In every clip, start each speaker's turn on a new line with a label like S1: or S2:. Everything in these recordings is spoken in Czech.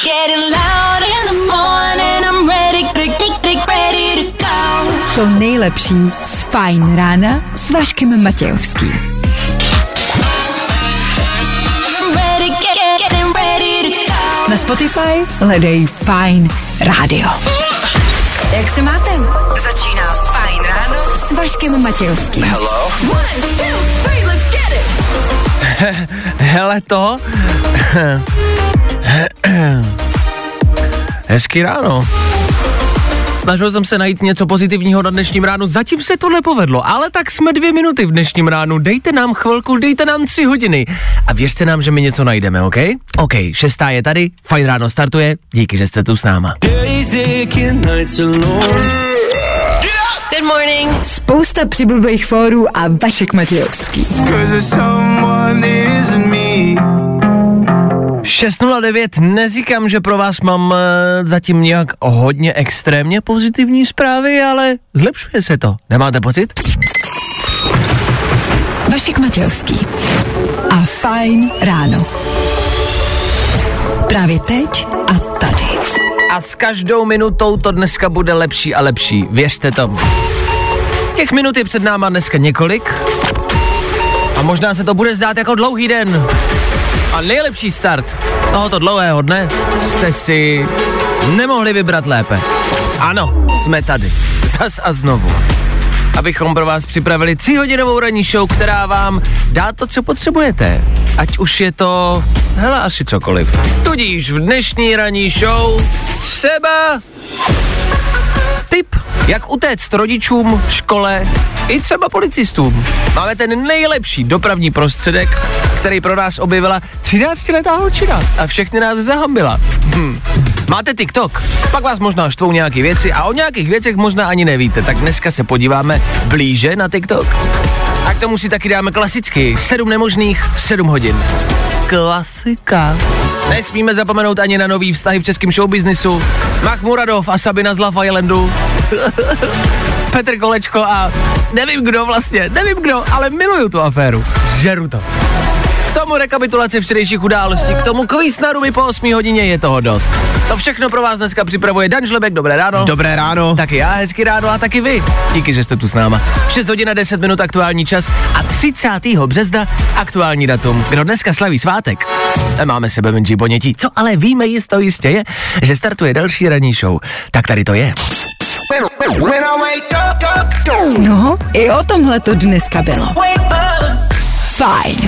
S1: To nejlepší z Fajn rána s Vaškem Matějovským. Na Spotify hledej Fajn rádio. Jak se máte? Začíná Fajn ráno s Vaškem Matějovským.
S2: Hello?
S1: 1, 2, 3, let's get it.
S3: Hele to. Hezký ráno. Snažil jsem se najít něco pozitivního na dnešním ránu, zatím se to nepovedlo, ale tak jsme 2 minuty v dnešním ránu, dejte nám chvilku, dejte nám 3 hodiny a věřte nám, že my něco najdeme, OK? OK, 6 je tady, Fajn ráno startuje, díky, že jste tu s náma.
S1: Good morning. Spousta přibulbých fórů a Vašek Matějovský.
S3: 6:09, neříkám, že pro vás mám zatím nějak hodně extrémně pozitivní zprávy, ale zlepšuje se to, nemáte pocit?
S1: Vašek Matějovský a Fajn ráno. Právě teď a tady.
S3: A s každou minutou to dneska bude lepší a lepší, věřte tomu. Těch minut je před náma dneska několik a možná se to bude zdát jako dlouhý den. A nejlepší start tohoto dlouhého dne jste si nemohli vybrat lépe. Ano, jsme tady, zas a znovu. Abychom pro vás připravili 3hodinovou ranní show, která vám dá to, co potřebujete. Ať už je to, hele, asi cokoliv. Tudíž v dnešní ranní show třeba tip, jak utéct rodičům, škole i třeba policistům. Máme ten nejlepší dopravní prostředek, který pro nás objevila 13letá holčina a všechny nás zahambila. Máte TikTok? Pak vás možná štvou nějaké věci a o nějakých věcech možná ani nevíte, tak dneska se podíváme blíže na TikTok. A k tomu si taky dáme klasicky 7 nemožných v 7 hodin. Klasika. Nesmíme zapomenout ani na nový vztahy v českém showbiznisu. Mahmuradov a Sabina z Love Islandu. Petr Kolečko a nevím kdo, ale miluju tu aféru. Žeru to. K tomu rekapitulace včerejších událostí, k tomu kvíz na ruby po 8 hodině je toho dost. To všechno pro vás dneska připravuje Dan Žlebek, dobré ráno.
S2: Dobré ráno.
S3: Taky já, hezky ráno a taky vy. Díky, že jste tu s náma. 6 hodin a 10 minut aktuální čas a 30. března aktuální datum. Kdo dneska slaví svátek? Nemáme sebe menší ponětí. Co ale víme jistě je, že startuje další ranní show. Tak tady to je.
S1: No, i o tomhle to dneska bylo. Fajn.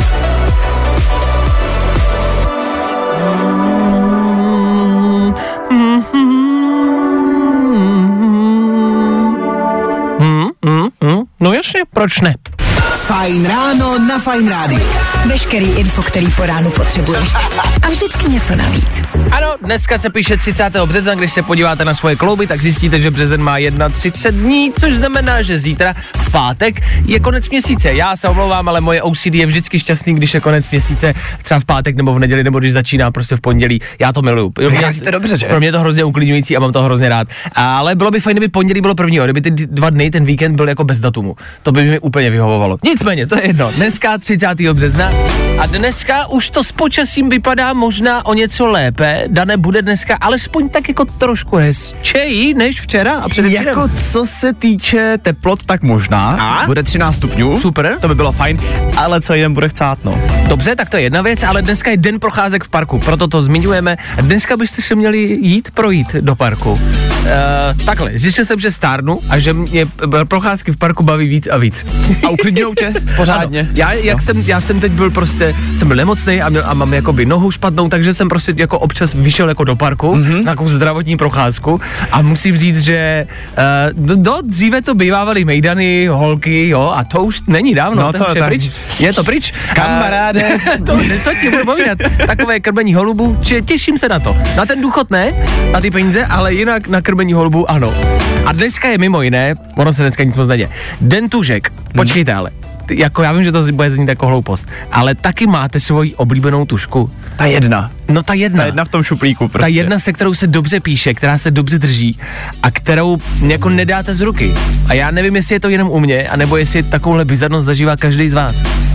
S3: No jasně, proč ne?
S2: Fajn ráno na Fajn rádiu.
S1: Veškerý info, který po ránu potřebuješ. A vždycky něco navíc.
S3: Ano, dneska se píše 30. března, když se podíváte na svoje klouby, tak zjistíte, že březen má 31 dní, což znamená, že zítra v pátek je konec měsíce. Já se omlouvám, ale moje OCD je vždycky šťastný, když je konec měsíce, třeba v pátek nebo v neděli, nebo když začíná prostě v pondělí. Já to miluju.
S2: To dobře, že?
S3: Pro mě je to hrozně uklidňující a mám to hrozně rád. Ale bylo by fajn, kdyby pondělí bylo prvního, kdyby ty 2 dny, ten víkend byl jako bez datumu. To by mi úplně vyhovovalo. Nicméně, to je jedno. Dneska 30. března a dneska už to s počasím vypadá možná o něco lépe. Dane, bude dneska alespoň tak jako trošku hezčeji než včera a předevčírem.
S2: Jako co se týče teplot, tak možná.
S3: A?
S2: Bude 13 stupňů.
S3: Super.
S2: To by bylo fajn, ale celý den bude chcát, no.
S3: Dobře, tak to je jedna věc, ale dneska je den procházek v parku, proto to zmiňujeme. Dneska byste se měli projít do parku. Takhle, zjistil jsem, že stárnu a že mě procházky v parku baví víc a víc.
S2: A uklidňujou tě pořádně.
S3: Ano, já jsem teď byl prostě, jsem byl nemocnej a mám jakoby nohu špatnou, takže jsem prostě jako občas vyšel jako do parku na nějakou zdravotní procházku a musím říct, že dříve to bývávaly mejdany, holky, jo, a to už není dávno,
S2: no, to je
S3: pryč. Je to pryč.
S2: Kamaráde.
S3: Co ti budu povídat? Takové krmení holubů, těším se na to. Na ten důchod ne, na ty peníze, ale jinak na krmení holubů ano. A dneska je mimo jiné, ono se dneska nic moc neděje, den tužek. Počkejte ale. Jako já vím, že to bude znít jako hloupost, ale taky máte svoji oblíbenou tužku.
S2: Ta jedna.
S3: No ta jedna.
S2: Ta jedna v tom šuplíku prostě.
S3: Ta jedna, se kterou se dobře píše, která se dobře drží a kterou jako nedáte z ruky. A já nevím, jestli je to jenom u mě, anebo jestli takovouhle bizarnost zažívá každý z vás.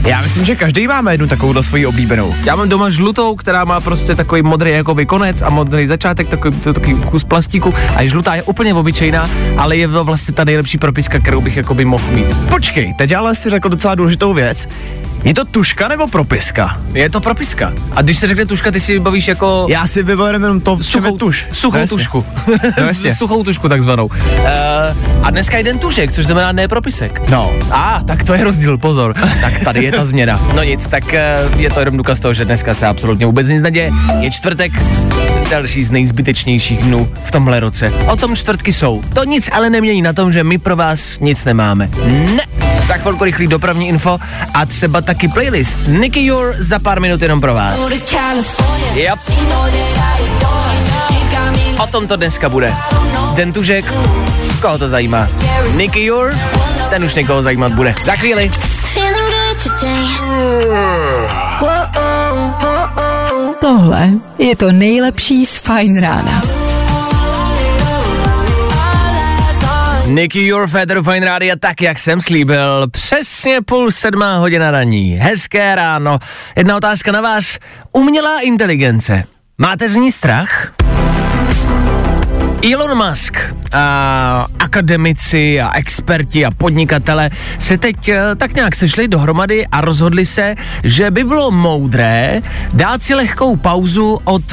S2: Já myslím, že každý máme jednu takovou svoji oblíbenou.
S3: Já mám doma žlutou, která má prostě takový modrý jakoby konec a modrý začátek, takový kus plastíku a žlutá je úplně obyčejná, ale je to vlastně ta nejlepší propiska, kterou bych jakoby mohl mít.
S2: Počkej, teď ale si řekl docela důležitou věc. Je to tuška nebo propiska?
S3: Je to propiska. A když se řekne tuška, ty si vybavíš jako...
S2: Já si vybavuji jenom to tuš.
S3: Suchou tušku. Suchou tušku takzvanou. A dneska je den tušek, což znamená ne propisek.
S2: No.
S3: Tak to je rozdíl, pozor. Tak tady je ta změna. No nic, tak je to jenom důkaz toho, že dneska se absolutně vůbec nic neděje. Je čtvrtek, další z nejzbytečnějších dnů v tomhle roce. O tom čtvrtky jsou. To nic ale nemění na tom, že my pro vás nic nemáme. Ne. Za chvilku rychlý dopravní info a třeba taky playlist Nicky Your za pár minut jenom pro vás. Yep. O tom to dneska bude. Den tužek, koho to zajímá? Nicky Your, ten už někoho zajímat bude. Za chvíli.
S1: Tohle je to nejlepší z Fajn rána.
S3: Nicky Your Féteru Fajn Rádia, tak jak jsem slíbil, přesně 6:30 ranní. Hezké ráno. Jedna otázka na vás. Umělá inteligence. Máte z ní strach? Elon Musk a akademici a experti a podnikatele se teď tak nějak sešli dohromady a rozhodli se, že by bylo moudré dát si lehkou pauzu od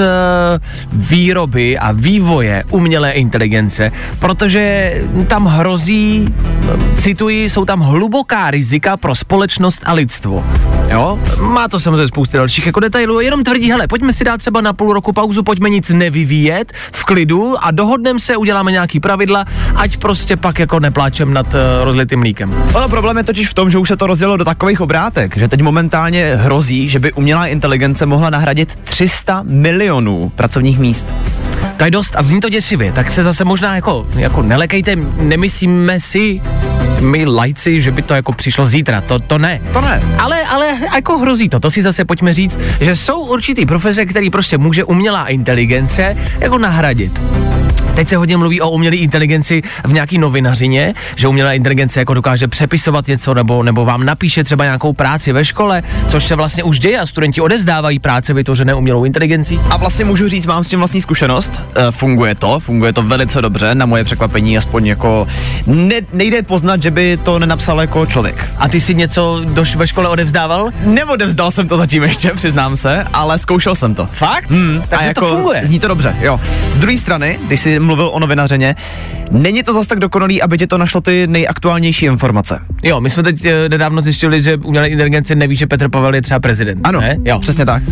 S3: výroby a vývoje umělé inteligence, protože tam hrozí, cituji, jsou tam hluboká rizika pro společnost a lidstvo. Jo? Má to samozřejmě spousty dalších jako detailů, jenom tvrdí, hele, pojďme si dát třeba na půl roku pauzu, pojďme nic nevyvíjet v klidu a dohodneme se, uděláme nějaký pravidla, ať prostě pak jako nepláčem nad rozlitým mlíkem.
S2: Ono problém je totiž v tom, že už se to rozjelo do takových obrátek, že teď momentálně hrozí, že by umělá inteligence mohla nahradit 300 milionů pracovních míst.
S3: To je dost a zní to děsivě, tak se zase možná jako nelekejte, nemyslíme si, my lajci, že by to jako přišlo zítra, to ne.
S2: To ne.
S3: Ale jako hrozí to si zase pojďme říct, že jsou určitý profese, který prostě může umělá inteligence jako nahradit. Teď se hodně mluví o umělé inteligenci v nějaký novinařině, že umělá inteligence jako dokáže přepisovat něco nebo vám napíše třeba nějakou práci ve škole, což se vlastně už děje a studenti odevzdávají práce vytvořené umělou inteligencí.
S2: A vlastně můžu říct, mám s tím vlastní zkušenost, funguje to velice dobře, na moje překvapení aspoň jako nejde poznat, že by to nenapsal jako člověk.
S3: A ty si něco ve škole odevzdával?
S2: Neodevzdal jsem to zatím ještě, přiznám se, ale zkoušel jsem to.
S3: Fakt? Takže
S2: jako
S3: to funguje.
S2: Zní to dobře, jo. Z druhé strany, když jsi mluvil o novinařině, není to zas tak dokonalý, aby ti to našlo ty nejaktuálnější informace.
S3: Jo, my jsme teď nedávno zjistili, že umělá inteligence neví, že Petr Pavel je třeba prezident.
S2: Ano,
S3: ne? Jo,
S2: přesně tak.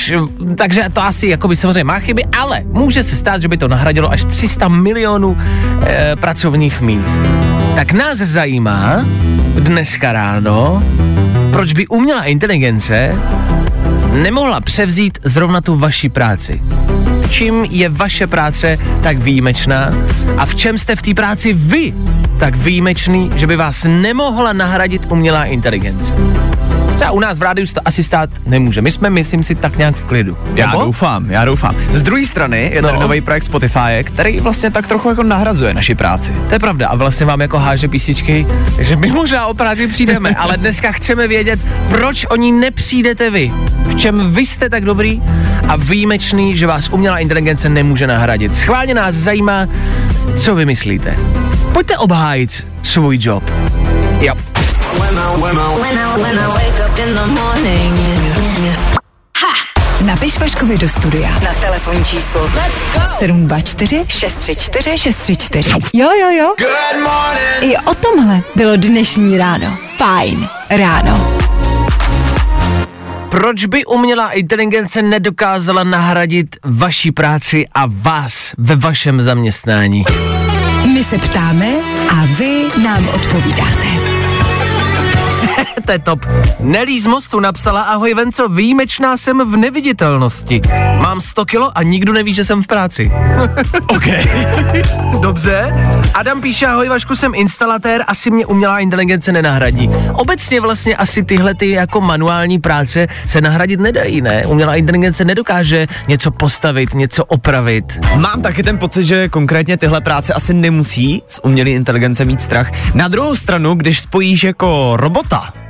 S3: Takže to asi jakoby samozřejmě má chyby, ale může se stát, že by to nahradilo až 300 milionů pracovních míst. Tak nás zajímá dneska ráno, proč by umělá inteligence nemohla převzít zrovna tu vaši práci. Čím je vaše práce tak výjimečná a v čem jste v té práci vy tak výjimečný, že by vás nemohla nahradit umělá inteligence. Třeba u nás v rádiu to asi stát nemůže. My jsme, myslím si, tak nějak v klidu.
S2: Já doufám. Z druhé strany je tady nový projekt Spotify, který vlastně tak trochu jako nahrazuje naši práci.
S3: To je pravda a vlastně vám jako háže písničky, že my možná o práci přijdeme, ale dneska chceme vědět, proč o ní nepřijdete vy. V čem vy jste tak dobrý a výjimečný, že vás umělá inteligence nemůže nahradit. Schválně nás zajímá, co vy myslíte. Pojďte obhájit svůj job. Jo.
S1: Napiš Vaškovi do studia na telefonní číslo 724 634 634. Jo. I o tomhle bylo dnešní ráno. Fajn ráno.
S3: Proč by umělá inteligence nedokázala nahradit vaši práci a vás ve vašem zaměstnání?
S1: My se ptáme a vy nám odpovídáte.
S3: To je top. Nelí z Mostu napsala: ahoj Venco, výjimečná jsem v neviditelnosti. Mám 100 kilo a nikdo neví, že jsem v práci.
S2: OK.
S3: Dobře. Adam píše: ahoj Vašku, jsem instalatér, asi mě umělá inteligence nenahradí. Obecně vlastně asi tyhle ty jako manuální práce se nahradit nedají, ne? Umělá inteligence nedokáže něco postavit, něco opravit.
S2: Mám taky ten pocit, že konkrétně tyhle práce asi nemusí z umělé inteligence mít strach. Na druhou stranu, když spojíš jako robota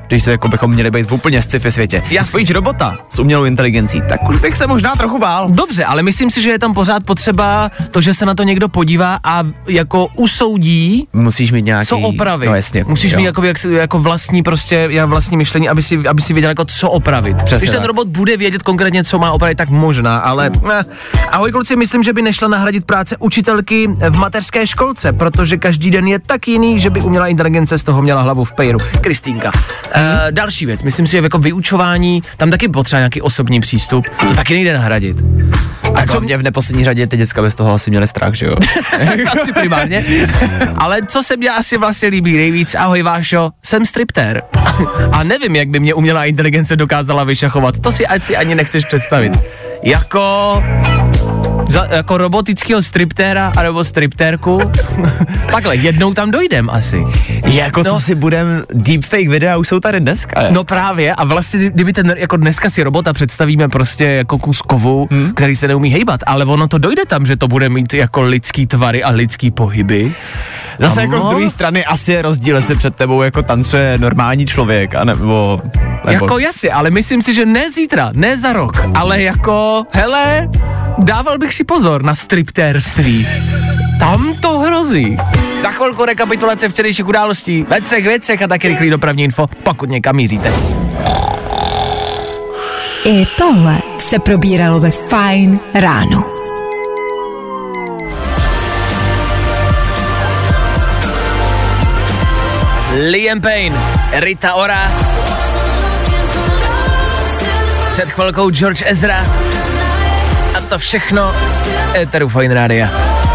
S2: když to jako bychom měli být v úplně sci-fi světě. Spojíš robota s umělou inteligencí, tak už bych se možná trochu bál.
S3: Dobře, ale myslím si, že je tam pořád potřeba to, že se na to někdo podívá a jako usoudí.
S2: Musíš mít nějaký...
S3: Co opravit.
S2: No jasně.
S3: Musíš mít jako vlastní vlastní myšlení, aby si věděl jako co opravit.
S2: Přesně
S3: když ten
S2: tak.
S3: robot bude vědět konkrétně, co má opravit, tak možná, ale... Ahoj kluci, myslím, že by nešla nahradit práce učitelky v mateřské školce, protože každý den je tak jiný, že by umělá inteligence z toho měla hlavu v pejru. Kristýnka. Další věc, myslím si, že jako vyučování, tam taky potřeba nějaký osobní přístup, to taky nejde nahradit.
S2: A co mě v neposlední řadě ty děcka bez toho asi měli strach, že jo?
S3: Asi primárně. Ale co se mě asi vlastně líbí nejvíc, ahoj Vášo, jsem striptér. A nevím, jak by mě umělá inteligence dokázala vyšachovat, to si ani nechceš představit. Jako robotického striptéra anebo striptérku. Takhle, jednou tam dojdem asi.
S2: Jako co si budem, deepfake videa už jsou tady dneska.
S3: No právě, a vlastně kdyby jako dneska si robota představíme prostě jako kus kovu, který se neumí hejbat, ale ono to dojde tam, že to bude mít jako lidský tvary a lidský pohyby.
S2: Zase jako z druhé strany asi je rozdíl, jestli před tebou jako tancuje normální člověk, anebo...
S3: Jako jasně, ale myslím si, že ne zítra, ne za rok, ale jako, hele, dával bych si pozor na striptérství. Tam to hrozí. Za chvilku rekapitulace včerejších událostí, ve třech věcech a taky rychlý dopravní info, pokud někam míříte.
S1: I tohle se probíralo ve Fajn ráno.
S3: Liam Payne, Rita Ora, před chvilkou George Ezra a to všechno éteru Fajn rádia.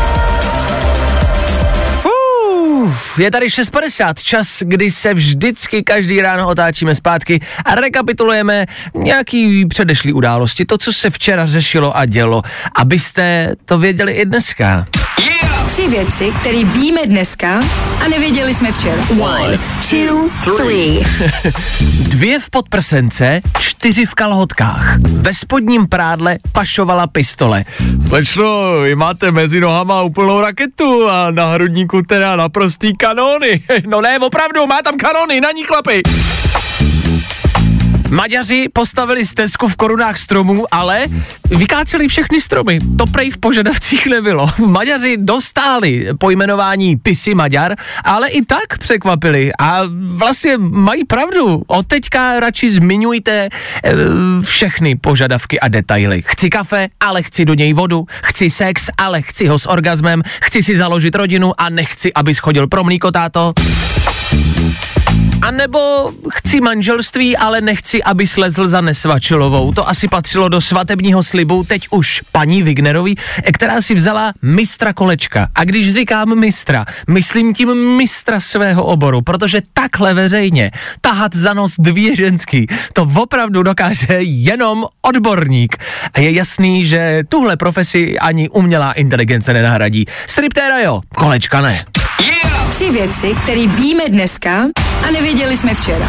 S3: Je tady 6:50, čas, kdy se vždycky každý ráno otáčíme zpátky a rekapitulujeme nějaký předešlý události, to, co se včera řešilo a dělo, abyste to věděli i dneska.
S1: 3 věci, které víme dneska a nevěděli jsme včera. 1, 2, 3.
S3: 2 v podprsence, 4 v kalhotkách. Ve spodním prádle pašovala pistole. Slečno, vy máte mezi nohama úplnou raketu a na hrudníku teda naprostý kanóny. No ne, opravdu, má tam kanóny, na ní chlapi. Maďaři postavili stezku v korunách stromů, ale vykáceli všechny stromy. To prej v požadavcích nebylo. Maďaři dostáli pojmenování Ty jsi Maďar, ale i tak překvapili. A vlastně mají pravdu. Od teďka radši zmiňujte všechny požadavky a detaily. Chci kafe, ale chci do něj vodu. Chci sex, ale chci ho s orgazmem. Chci si založit rodinu a nechci, abys chodil pro mlíko, táto. A nebo chci manželství, ale nechci, aby slezl za Nesvačilovou. To asi patřilo do svatebního slibu teď už paní Wignerový, která si vzala mistra kolečka. A když říkám mistra, myslím tím mistra svého oboru, protože takhle veřejně tahat za nos 2 ženský, to opravdu dokáže jenom odborník. A je jasný, že tuhle profesi ani umělá inteligence nenahradí. Striptéra jo, kolečka ne.
S1: 3 věci, které víme dneska a nevěděli jsme včera.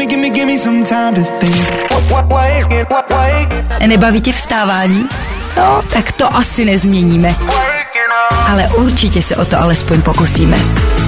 S1: Nebaví tě vstávání? No, tak to asi nezměníme. Ale určitě se o to alespoň pokusíme.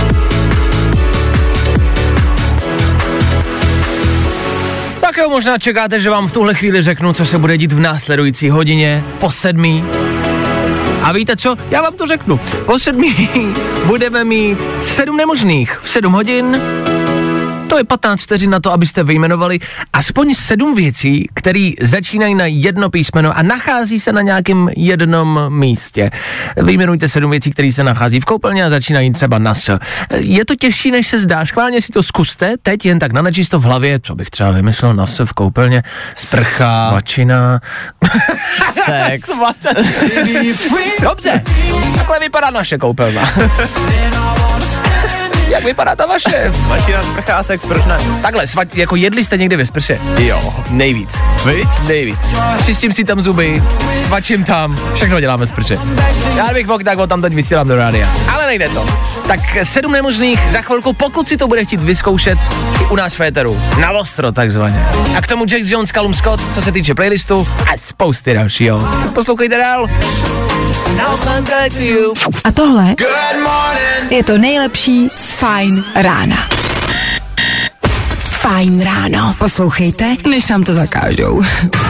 S3: Tak jo, možná čekáte, že vám v tuhle chvíli řeknu, co se bude dít v následující hodině po 7. A víte co? Já vám to řeknu. Po 7 budeme mít 7 nemožných v 7 hodin. To je 15 vteřin na to, abyste vyjmenovali aspoň 7 věcí, které začínají na jedno písmeno a nachází se na nějakém jednom místě. Vyjmenujte 7 věcí, které se nachází v koupelně a začínají třeba na S. Je to těžší, než se zdá. Schválně si to zkuste, teď jen tak na nečisto v hlavě, co bych třeba vymyslel na S v koupelně. Sprcha, svačina,
S2: sex.
S3: Dobře, takhle vypadá naše koupelna. Jak vypadá ta vaše?
S2: Svačina, sprcha a sex, proč ne?
S3: Takhle, jako jedli jste někdy ve sprše?
S2: Jo.
S3: Nejvíc.
S2: Viď?
S3: Nejvíc. Čistím si tam zuby, svačím tam, všechno děláme z prče. Já bych mohl, tak ho tam teď vysílám do rádia. Ale nejde to. Tak 7 nemožných za chvilku, pokud si to bude chtít vyzkoušet i u nás v éteru. Na ostro takzvaně. A k tomu James Jones, Callum Scott, co se týče playlistu a spousty dalšího. Poslouchejte dál.
S1: A tohle je to nejlepší z Fajn rána. Fajn ráno. Poslouchejte, než nám to zakážou.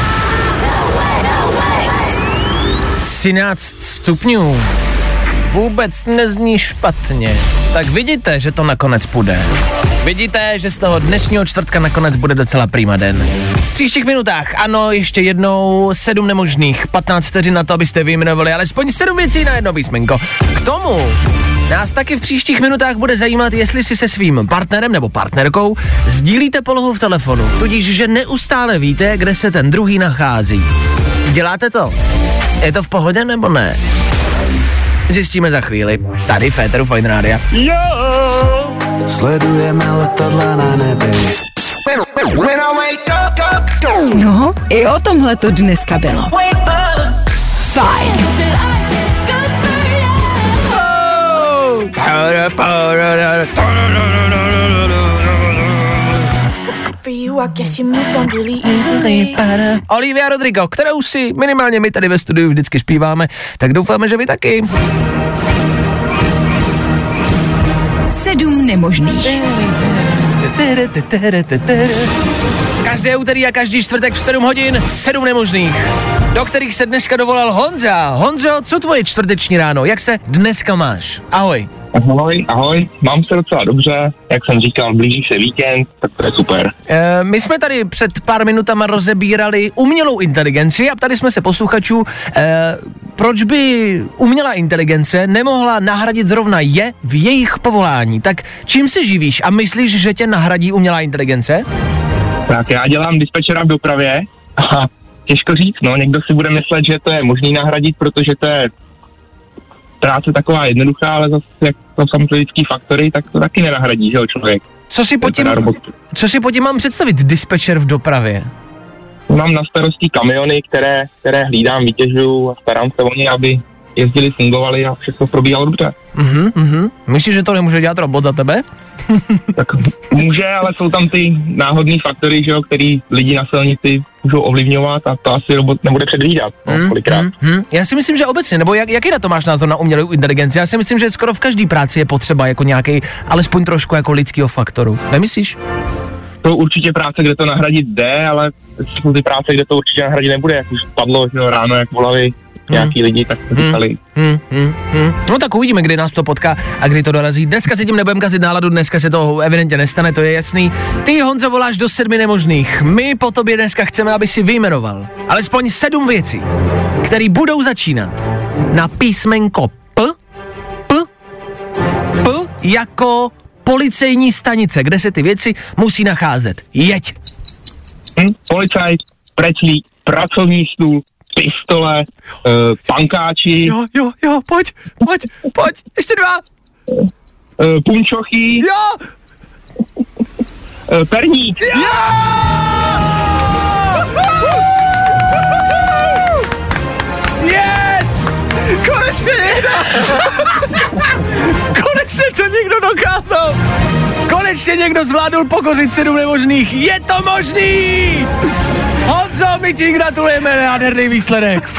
S3: 13 stupňů. Vůbec nezní špatně. Tak vidíte, že to nakonec půjde. Vidíte, že z toho dnešního čtvrtka nakonec bude docela prima den. V příštích minutách, ano, ještě jednou 7 nemožných, 15 vteřin na to, abyste vyjmenovali alespoň 7 věcí na jedno písmenko. K tomu nás taky v příštích minutách bude zajímat, jestli si se svým partnerem nebo partnerkou sdílíte polohu v telefonu, tudíž, že neustále víte, kde se ten druhý nachází. Děláte to? Je to v pohodě nebo ne? Zjistíme za chvíli. Tady v éteru Fajn rádia. Jo!
S4: Sledujeme letadla na nebi.
S1: No, i o tomhle to dneska bylo. Fajn.
S3: Olivia Rodrigo, kterou si minimálně my tady ve studiu vždycky zpíváme, tak doufáme, že vy taky.
S1: 7 nemožných.
S3: Každé úterý a každý čtvrtek v 7 hodin 7 nemožných, do kterých se dneska dovolal Honza. Honzo, co tvoje čtvrteční ráno? Jak se dneska máš? Ahoj.
S5: Ahoj, mám se docela dobře, jak jsem říkal, blíží se víkend, tak to je super.
S3: My jsme tady před pár minutama rozebírali umělou inteligenci a ptali jsme se posluchačů, proč by umělá inteligence nemohla nahradit zrovna je v jejich povolání. Tak čím se živíš a myslíš, že tě nahradí umělá inteligence?
S5: Tak já dělám dispečera v dopravě a těžko říct, no, někdo si bude myslet, že to je možný nahradit, protože to je práce taková jednoduchá, ale zase jak to jsou lidský faktory, tak to taky nenahradí, že jo, člověk.
S3: Co si pod tím mám představit, dispečer v dopravě?
S5: Mám na starosti kamiony, které hlídám, vytěžuju a starám se o ně, aby jezdili, fungovali a všechno probíhalo dobře.
S3: Myslíš, že to nemůže dělat robot za tebe?
S5: Tak může, ale jsou tam ty náhodný faktory, že jo, který lidi na silnici můžou ovlivňovat a to asi robot nebude předvídat, kolikrát.
S3: Já si myslím, že obecně, nebo jaký na to máš názor na umělou inteligenci? Já si myslím, že skoro v každé práci je potřeba jako nějaký, alespoň trošku jako lidského faktoru. Nemyslíš?
S5: To určitě práce, kde to nahradit jde, ale jsou ty práce, kde to určitě nahradit nebude, jak už padlo, že jo, ráno, jak volali nějaký lidi, tak to říkali.
S3: No tak uvidíme, kdy nás to potká a kdy to dorazí. Dneska si tím nebudeme kazit náladu, dneska se to evidentně nestane, to je jasný. Ty, Honzo, voláš do 7 nemožných. My po tobě dneska chceme, aby si vyjmenoval alespoň 7 věcí, které budou začínat na písmenko P jako policejní stanice, kde se ty věci musí nacházet. Jeď.
S5: Policajt, preclík, pracovní stůl, pistole, pankáči.
S3: Jo, pojď, ještě 2.
S5: Punčochy.
S3: Jo.
S5: Perník.
S3: Jo! Yes! Konečně to někdo dokázal! Konečně někdo zvládl pokořit 7 nemožných! Je to možný! Honzo, my ti gratulujeme, nádherný výsledek!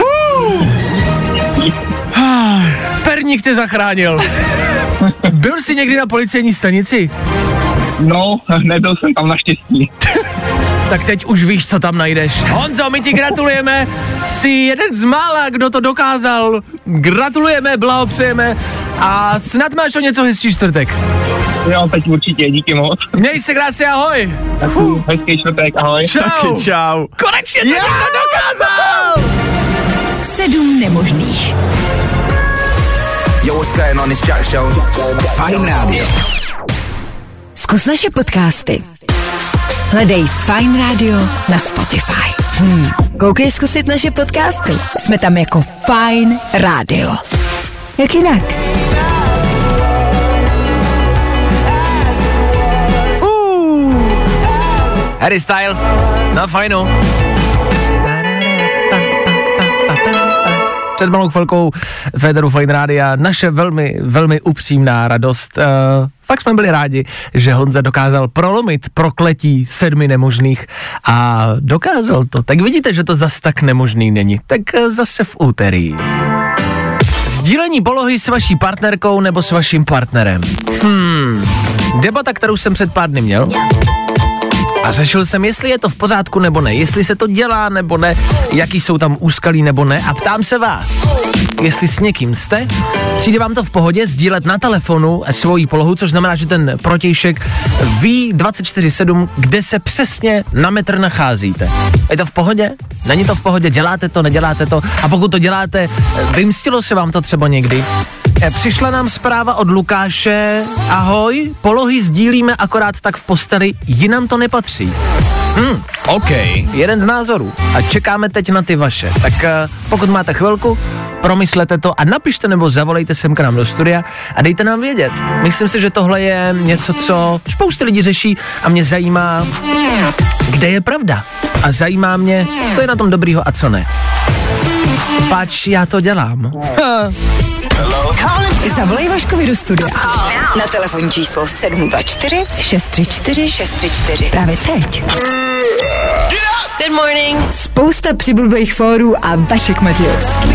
S3: Perník tě zachránil. Byl jsi někdy na policejní stanici?
S5: No, nebyl jsem tam naštěstí.
S3: Tak teď už víš, co tam najdeš. Honzo, my ti gratulujeme, jsi jeden z mála, kdo to dokázal. Gratulujeme, blahopřejeme a snad máš o něco hezčí čtvrtek.
S5: Jo, teď určitě, díky moc.
S3: Měj se krásně, ahoj.
S5: Hezký čtvrtek, ahoj.
S3: Čau.
S2: Taky čau.
S3: Konečně to někdo dokázal.
S1: 7 nemožných.
S4: Yo, what's going on, it's Jack Show. Fajn rádio.
S1: Zkus naše podcasty. Hledej Fajn rádio na Spotify. Koukej zkusit naše podcasty. Jsme tam jako Fajn rádio. Jak jinak?
S3: Harry Styles, na fajnu. Před malou chvilkou Féteru Fajn rádia naše velmi, velmi upřímná radost. Fakt jsme byli rádi, že Honza dokázal prolomit prokletí 7 nemožných a dokázal to. Tak vidíte, že to zas tak nemožný není. Tak zase v úterý. Sdílení polohy s vaší partnerkou nebo s vaším partnerem. Debata, kterou jsem před pár dny měl. A řešil jsem, jestli je to v pořádku nebo ne, jestli se to dělá nebo ne, jaký jsou tam úskalí nebo ne a ptám se vás, jestli s někým jste, přijde vám to v pohodě sdílet na telefonu svoji polohu, což znamená, že ten protějšek ví 24/7, kde se přesně na metr nacházíte. Je to v pohodě? Není to v pohodě? Děláte to, neděláte to? A pokud to děláte, vymstilo se vám to třeba někdy? Přišla nám zpráva od Lukáše. Ahoj, polohy sdílíme akorát tak v posteli, jinam to nepatří.
S2: OK.
S3: Jeden z názorů. A čekáme teď na ty vaše. Tak pokud máte chvilku, promyslete to a napište nebo zavolejte sem k nám do studia a dejte nám vědět. Myslím si, že tohle je něco, co spousta lidí řeší a mě zajímá, kde je pravda. A zajímá mě, co je na tom dobrýho a co ne. Pač já to dělám.
S1: Zavolej Vaškovi do studia. Na telefonní číslo 724 634 634. Právě teď.
S6: Good morning.
S1: Spousta přibulbých fórů a Vašek Matějovský.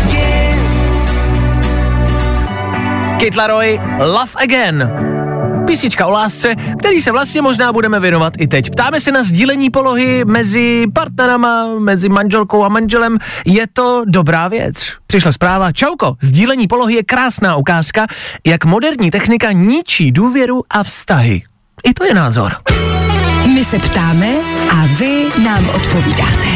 S3: Kid Laroi, Love Again. Písnička o lásce, který se vlastně možná budeme věnovat i teď. Ptáme se na sdílení polohy mezi partnerama, mezi manželkou a manželem. Je to dobrá věc? Přišla zpráva. Čauko, sdílení polohy je krásná ukázka, jak moderní technika ničí důvěru a vztahy. I to je názor.
S1: My se ptáme a vy nám odpovídáte.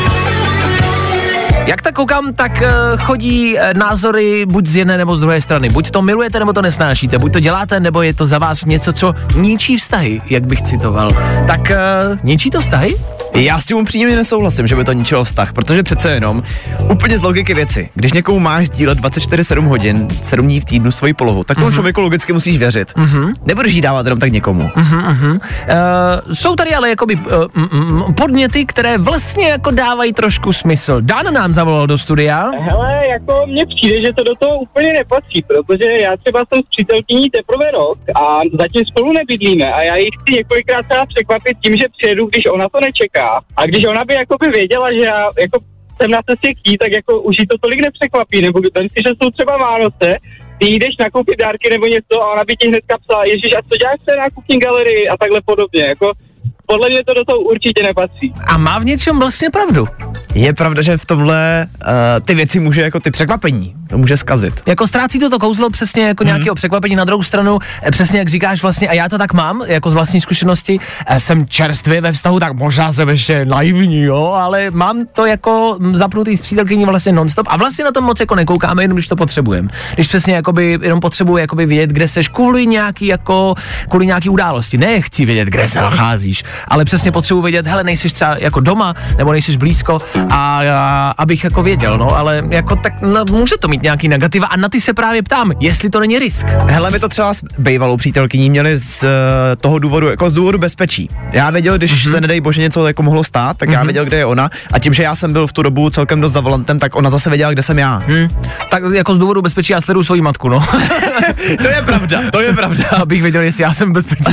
S3: Jak tak koukám, tak chodí názory buď z jedné nebo z druhé strany. Buď to milujete, nebo to nesnášíte. Buď to děláte, nebo je to za vás něco, co ničí vztahy, jak bych citoval. Tak ničí to vztahy?
S2: Já s tím upřímně nesouhlasím, že by to ničilo vztah, protože přece jenom úplně z logiky věci, když někomu máš sdílet 24/7 hodin, 7 dní v týdnu svoji polohu, tak tomu člověku logicky musíš věřit. Nebudeš jí dávat jenom tak někomu.
S3: Jsou tady ale jakoby podněty, které vlastně jako dávají trošku smysl. Dan nám zavolal do studia.
S5: Hele, jako mně přijde, že to do toho úplně nepatří, protože já třeba jsem s přítelkyní teprve rok a zatím spolu nebydlíme a já ji chci několikrát třeba překvapit tím, že přijedu, když ona to nečeká. A když ona by jakoby věděla, že já jako jsem na cestě k ní, tak jako už jí to tolik nepřekvapí, nebo vem si, že jsou třeba Vánoce, ty jdeš nakoupit dárky nebo něco a ona by ti hnedka psala, ježiš, a co děláš se na nákupní galerii a takhle podobně, jako podle mě to do toho určitě nepatří.
S3: A má v něčem vlastně pravdu.
S2: Je pravda, že v tomhle ty věci může jako ty překvapení, to může zkazit.
S3: Jako ztrácí to kouzlo přesně jako nějakého překvapení. Na druhou stranu, přesně jak říkáš vlastně, a já to tak mám, jako z vlastní zkušenosti, jsem čerstvě ve vztahu, tak možná jsem ještě naivní, jo, ale mám to jako zapnutý s přítelkyní vlastně nonstop a vlastně na tom moc jako nekoukáme, jenom když to potřebujeme. Když přesně jakoby jenom potřebuji jakoby vědět, kde seš kvůli nějaký události. Ne, chci vědět, kde se nacházíš, ale přesně potřebuji vědět, hele, nejseš třeba jako doma, nebo nejseš blízko a abych jako věděl, no, ale jako tak může to mít nějaký negativa a na ty se právě ptám, jestli to není risk.
S2: Hele, my to třeba s bývalou přítelkyní měli z toho důvodu, jako z důvodu bezpečí. Já věděl, když se nedej bože něco jako mohlo stát, tak já věděl, kde je ona a tím, že já jsem byl v tu dobu celkem dost za volantem, tak ona zase věděla, kde jsem já.
S3: Tak jako z důvodu bezpečí já sleduju svoji matku, no.
S2: To je pravda.
S3: Abych věděl, jestli já jsem v bezpečí.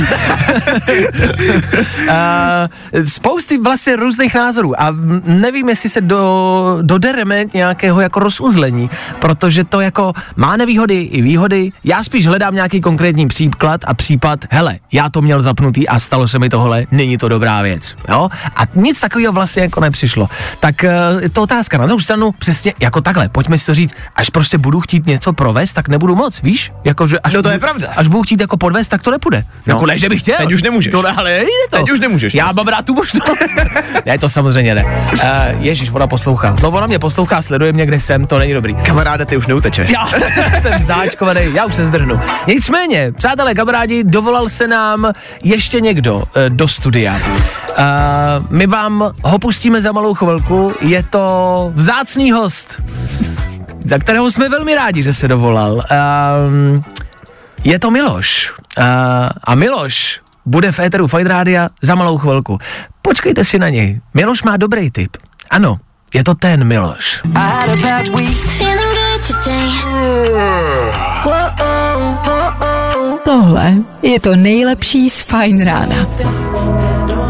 S3: Spousty vlastně různých názorů a nevím, jestli se dodereme nějakého jako rozuzlení, protože to jako má nevýhody i výhody. Já spíš hledám nějaký konkrétní příklad a případ, hele, já to měl zapnutý a stalo se mi tohle, není to dobrá věc, jo? A nic takového vlastně jako nepřišlo. Tak je to otázka. Na druhou stranu přesně jako takhle, pojďme si to říct, až prostě budu chtít něco provést, tak nebudu moc, víš? Jako, že až
S2: to je pravda.
S3: Až budu chtít jako podvést, tak to nepůjde.
S2: No.
S3: Jako ne, že bych chtěl.
S2: Teď už nemůžeš.
S3: To, ale jde to.
S2: Teď už nemůžeš.
S3: Já mám rád tu možnost. Ne, to samozřejmě ne. Ježíš, ona poslouchá. No, ona mě poslouchá, sleduje mě, kde jsem, to není dobrý.
S2: Kamaráde, ty už neutečeš.
S3: Já jsem záčkovaný, já už se zdrhnu. Nicméně, přátelé, kamarádi, dovolal se nám ještě někdo do studia. My vám ho pustíme za malou chvilku, je to vzácný host, za kterého jsme velmi rádi, že se dovolal. Je to Miloš. A Miloš bude v éteru Fajn Rádia za malou chvilku. Počkejte si na něj. Miloš má dobrý tip. Ano, je to ten Miloš.
S1: Tohle je to nejlepší z Fajn rána.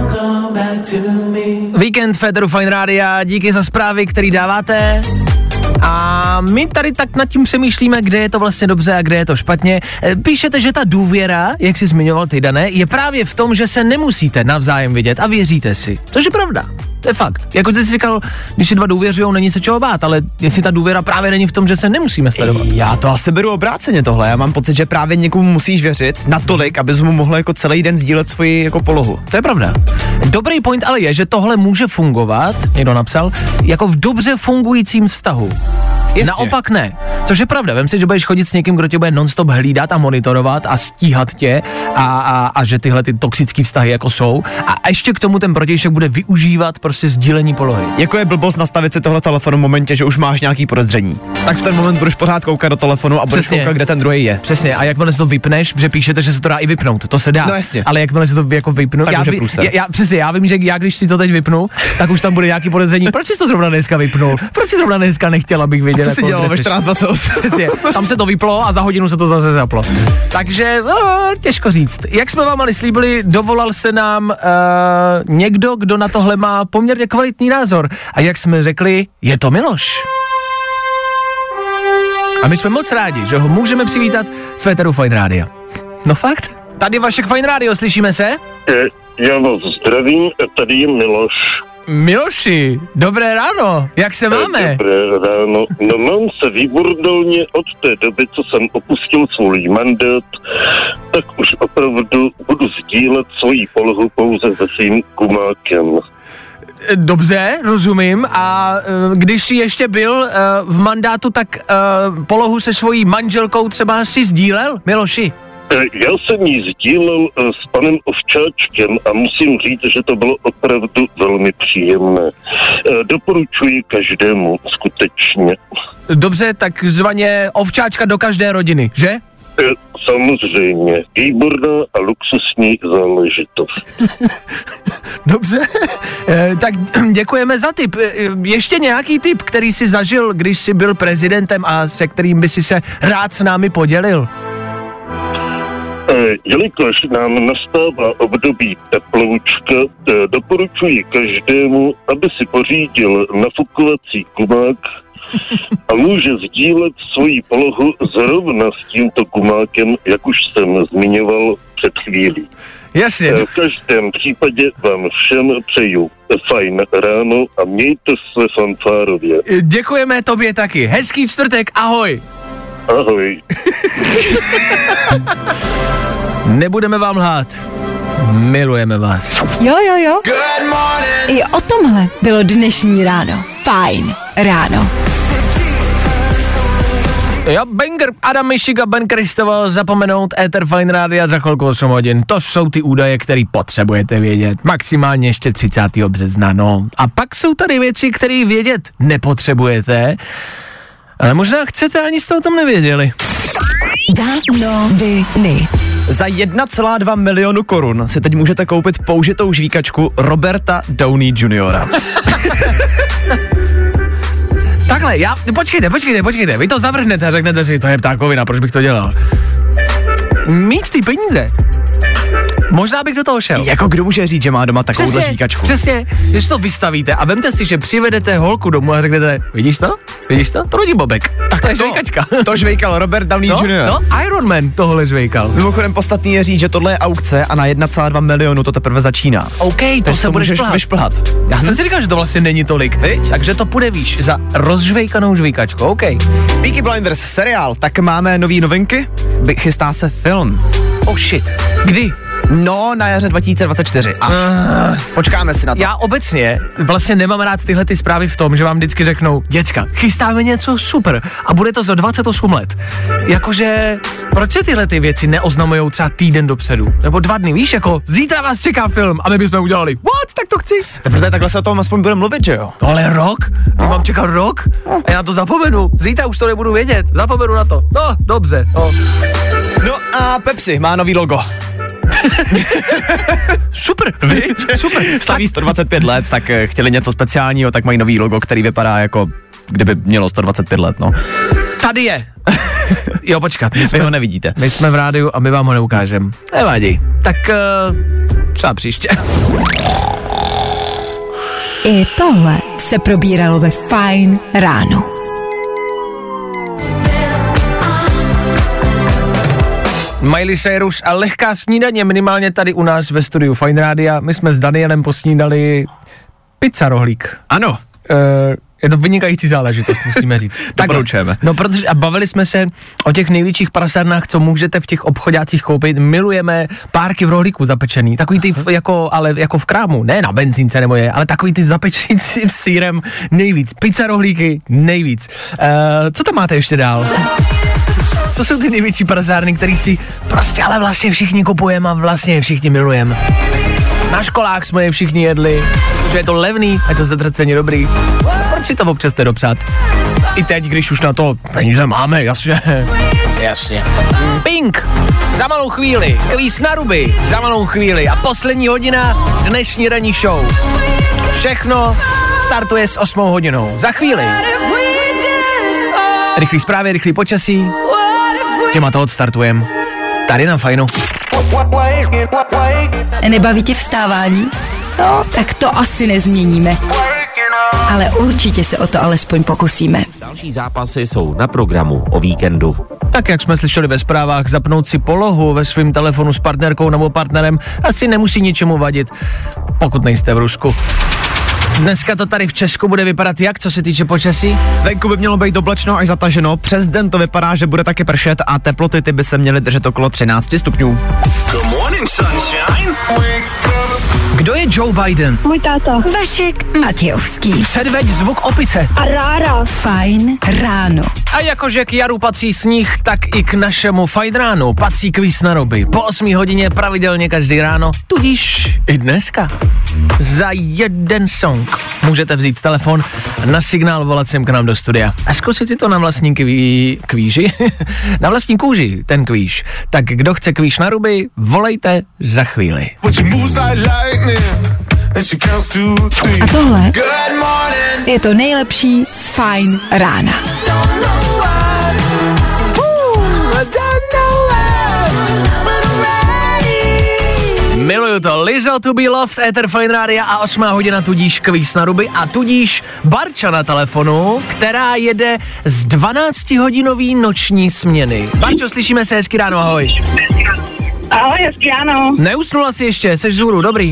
S3: Víkend v éteru Fajn Rádia, díky za zprávy, který dáváte. A my tady tak nad tím přemýšlíme, kde je to vlastně dobře a kde je to špatně. Píšete, že ta důvěra, jak jsi zmiňoval ty, Dané, je právě v tom, že se nemusíte navzájem vidět a věříte si. Což je pravda. To je fakt. Jako ty jsi říkal, když si dva důvěřujou, není se čeho bát, ale jestli ta důvěra právě není v tom, že se nemusíme sledovat.
S2: Já to asi beru obráceně tohle. Já mám pocit, že právě někomu musíš věřit natolik, abys mu mohl jako celý den sdílet svoji jako polohu.
S3: To je pravda. Dobrý point ale je, že tohle může fungovat, někdo napsal, jako v dobře fungujícím vztahu. Jasně. Naopak ne. Což je pravda, vem si, že budeš chodit s někým, kdo tě bude non-stop hlídat a monitorovat a stíhat tě a že tyhle ty toxický vztahy jako jsou a ještě k tomu ten protějšek bude využívat prostě sdílení polohy.
S2: Jako je blbost nastavit si tohle telefonu v momentě, že už máš nějaký podezření. Tak v ten moment budeš pořád koukat do telefonu a budeš koukat, kde ten druhý je.
S3: Přesně, a jakmile si to vypneš, že píšete, že se to dá i vypnout, to se dá.
S2: No jasně.
S3: Ale jakmile si to jako vypnu, já vím, že já když si to teď vypnu, tak už tam bude nějaký podezření. Proč jsi to zrovna dneska vypnul? Proč jsi zrovna dneska nechtěl, abych věděl?
S2: Co jsi dělal ve 14:28?
S3: Přesně, tam se to vyplo a za hodinu se to zase zaplo. Takže těžko říct. Jak jsme vám ale slíbili, dovolal se nám někdo, kdo na tohle má poměrně kvalitní názor. A jak jsme řekli, je to Miloš. A my jsme moc rádi, že ho můžeme přivítat v éteru Fajn Rádia. No fakt? Tady Vašek Fajn Rádio, slyšíme se?
S7: Já vás zdravím, tady je Miloš.
S3: Miloši, dobré ráno, jak se máme?
S7: Dobré ráno, no mám se výborně od té doby, co jsem opustil svůj mandát, tak už opravdu budu sdílet svoji polohu pouze se svým kumákem.
S3: Dobře, rozumím. A když jsi ještě byl v mandátu, tak polohu se svojí manželkou třeba si sdílel, Miloši?
S7: Já jsem ji sdílel s panem Ovčáčkem a musím říct, že to bylo opravdu velmi příjemné. Doporučuji každému, skutečně.
S3: Dobře, takzvaně Ovčáčka do každé rodiny, že?
S7: Samozřejmě. Výborná a luxusní záležitost.
S3: Dobře, tak děkujeme za tip. Ještě nějaký tip, který jsi zažil, když jsi byl prezidentem a se kterým by si se rád s námi podělil?
S7: Jelikož nám nastává období teploučka, doporučuji každému, aby si pořídil nafukovací gumák a může sdílet svoji polohu zrovna s tímto gumákem, jak už jsem zmiňoval před chvílí.
S3: Jasně.
S7: V každém případě vám všem přeju fajn ráno a mějte se fanfárově.
S3: Děkujeme tobě taky. Hezký čtvrtek, ahoj.
S7: Ahoj.
S3: Nebudeme vám lhát. Milujeme vás.
S1: Jo. I o tomhle bylo dnešní ráno. Fajn ráno.
S3: Jo, banger Adam Mišik a Ben Kristoval, zapomenout éter Fajn Rádia za chvilku 8 hodin. To jsou ty údaje, které potřebujete vědět. Maximálně ještě 30. března, no. A pak jsou tady věci, které vědět nepotřebujete, ale možná chcete, ani jste o tom nevěděli.
S1: Noviny.
S2: Za 1,2 milionu korun si teď můžete koupit použitou žvíkačku Roberta Downey Jr.
S3: Takhle, počkejte, vy to zavrhnete a řeknete si, to je ptákovina, proč bych to dělal? Mít ty peníze. Možná bych do toho šel.
S2: Jako kdo může říct, že má doma takovou žvíkačku?
S3: Přesně, když to vystavíte a vemte si, že přivedete holku domů a řeknete, vidíš to? To rodí Bobek. Tak to je žvejkačka.
S2: To žvejkal Robert Downey Jr.
S3: No, Iron Man tohle žvejkal.
S2: Mimochodem podstatný je říct, že tohle je aukce a na 1,2 milionu to teprve začíná.
S3: OK, to se budeš vyšplhat. Já jsem si říkal, že to vlastně není tolik, viď? Takže to půjde výš za rozžvejkanou žvejkačku, OK.
S2: Peaky Blinders, seriál, tak máme nový novinky, chystá se film.
S3: Oh shit, kdy?
S2: No, na jaře 2024. Počkáme si na to.
S3: Já obecně vlastně nemám rád tyhle ty zprávy v tom, že vám vždycky řeknou, děcka, chystáme něco super a bude to za 28 let. Jakože, proč se tyhle ty věci neoznamujou třeba týden dopředu? Nebo 2 dny, víš, jako zítra vás čeká film a my bychom udělali, what, tak to chci.
S2: Protože takhle se o tom aspoň budeme mluvit, že jo?
S3: No ale rok? My mám čekat rok? A já to zapomenu. Zítra už to nebudu vědět, zapomenu na to. No, dobře.
S2: No a Pepsi má nový logo.
S3: Super, super.
S2: Slaví 125 let, tak chtěli něco speciálního, tak mají nový logo, který vypadá jako kdyby mělo 125 let, no.
S3: Tady je. Jo, počkat.
S2: Vy ho nevidíte.
S3: My jsme v rádiu a my vám ho neukážeme. Nevadí. Tak třeba příště.
S1: I tohle se probíralo ve Fajn ráno.
S3: Miley Cyrus a lehká snídaně, minimálně tady u nás ve studiu Fine Rádia. My jsme s Danielem posnídali pizza rohlík.
S2: Ano.
S3: Je to vynikající záležitost, musíme říct.
S2: Doporučujeme.
S3: No, protože a bavili jsme se o těch největších prasárnách, co můžete v těch obchodácích koupit. Milujeme párky v rohlíku zapečený. Takový ty ale jako v krámu, ne na benzínce nebo ale takový ty zapečený s sýrem nejvíc. Pizza rohlíky nejvíc. Co tam máte ještě dál? Co jsou ty největší prasárny, který si prostě ale vlastně všichni kupujeme a vlastně všichni milujeme? Na školách jsme je všichni jedli, protože je to levný a je to zatraceně dobrý. Proč si to občas nedopřát? I teď, když už na to peníze máme, jasně. Pink, za malou chvíli, kvíz na ruby, za malou chvíli a poslední hodina dnešní ranní show. Všechno startuje s 8 hodinou. Za chvíli. Rychlý zprávy, rychlý počasí. Těma to odstartujeme. Tady na Fajnu.
S1: Nebaví tě vstávání? No, tak to asi nezměníme. Ale určitě se o to alespoň pokusíme.
S8: Další zápasy jsou na programu o víkendu.
S3: Tak jak jsme slyšeli ve zprávách, zapnout si polohu ve svém telefonu s partnerkou nebo partnerem asi nemusí ničemu vadit, pokud nejste v Rusku. Dneska to tady v Česku bude vypadat jak, co se týče počasí?
S2: Venku by mělo být oblačno až zataženo, přes den to vypadá, že bude taky pršet a teploty ty by se měly držet okolo 13 stupňů.
S4: Good morning, sunshine.
S3: Kdo je Joe Biden?
S6: Můj táta.
S1: Vašek Matějovský.
S3: Předveď zvuk opice.
S6: A rára.
S1: Fajn ráno.
S3: A jakože k jaru patří sníh, tak i k našemu Fajn ránu patří kvíz na ruby. Po 8 hodině pravidelně každý ráno, tudíž i dneska. Za jeden song můžete vzít telefon na signál, volat sem k nám do studia a zkusit si to na vlastní kvíži, na vlastní kůži, ten kvíž. Tak kdo chce kvíž na ruby, volejte za chvíli.
S1: A tohle je to nejlepší z Fajn rána.
S3: Miluju to. Lizzo to be loved, Ether Fine Rádia a 8 hodina tudíž kvíz na ruby a tudíž Barča na telefonu, která jede z 12-hodinový noční směny. Barčo, slyšíme se, hezky ráno, ahoj.
S6: Ahoj, hezky ráno.
S3: Neusnula jsi ještě, seš vzhůru, dobrý.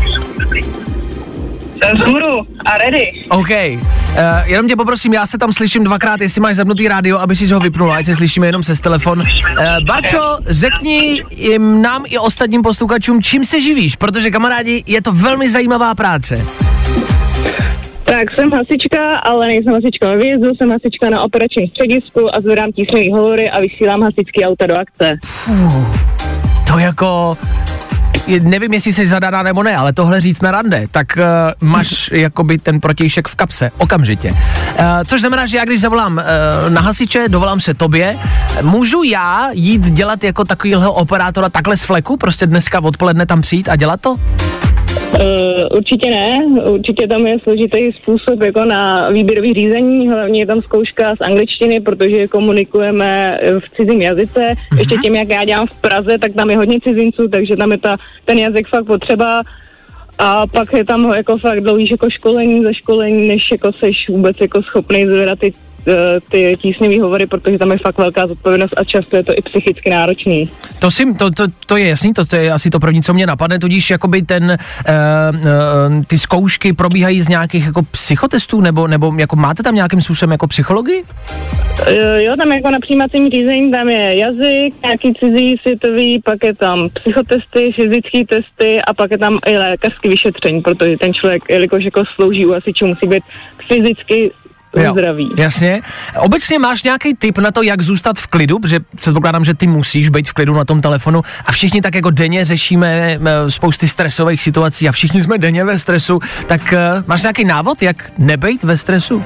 S6: Jsem vzhůru a ready.
S3: OK, jenom tě poprosím, já se tam slyším dvakrát, jestli máš zapnutý rádio, aby si ho vypnula, ať se slyšíme jenom přes telefon. Barčo, řekni nám i ostatním posluchačům, čím se živíš, protože kamarádi, je to velmi zajímavá práce.
S6: Tak jsem hasička, ale nejsem hasička ve výjezdu, jsem hasička na operačním středisku a zvedám tísňový hovory a vysílám hasičský auta do akce.
S3: To jako... Nevím, jestli jsi zadaná nebo ne, ale tohle říct na rande, tak máš jakoby ten protějšek v kapse, okamžitě. Což znamená, že já když zavolám na hasiče, dovolám se tobě, můžu já jít dělat jako takovýhle operátora takhle z fleku, prostě dneska odpoledne tam přijít a dělat to?
S6: Určitě ne, určitě tam je složitý způsob jako na výběrový řízení, hlavně je tam zkouška z angličtiny, protože komunikujeme v cizím jazyce, ještě tím, jak já dělám v Praze, tak tam je hodně cizinců, takže tam je ten jazyk fakt potřeba a pak je tam jako fakt dlouhý jako školení za školení, než jako seš vůbec jako schopnej zvedat ty tísňový hovory, protože tam je fakt velká zodpovědnost a často je to i psychicky náročný.
S3: To je jasný, to je asi to první, co mě napadne, tudíž jakoby ty zkoušky probíhají z nějakých jako psychotestů, nebo jako máte tam nějakým způsobem jako psychologii?
S6: Jo, tam jako na přijímacím řízení, tam je jazyk, nějaký cizí světový, pak je tam psychotesty, fyzické testy a pak je tam i lékařské vyšetření, protože ten člověk, jelikož jako slouží u hasičů, musí být fyzicky zdraví.
S3: Jasně. Obecně máš nějaký tip na to, jak zůstat v klidu, protože předpokládám, že ty musíš být v klidu na tom telefonu a všichni tak jako denně řešíme spousty stresových situací a všichni jsme denně ve stresu, tak máš nějaký návod, jak nebejt ve stresu?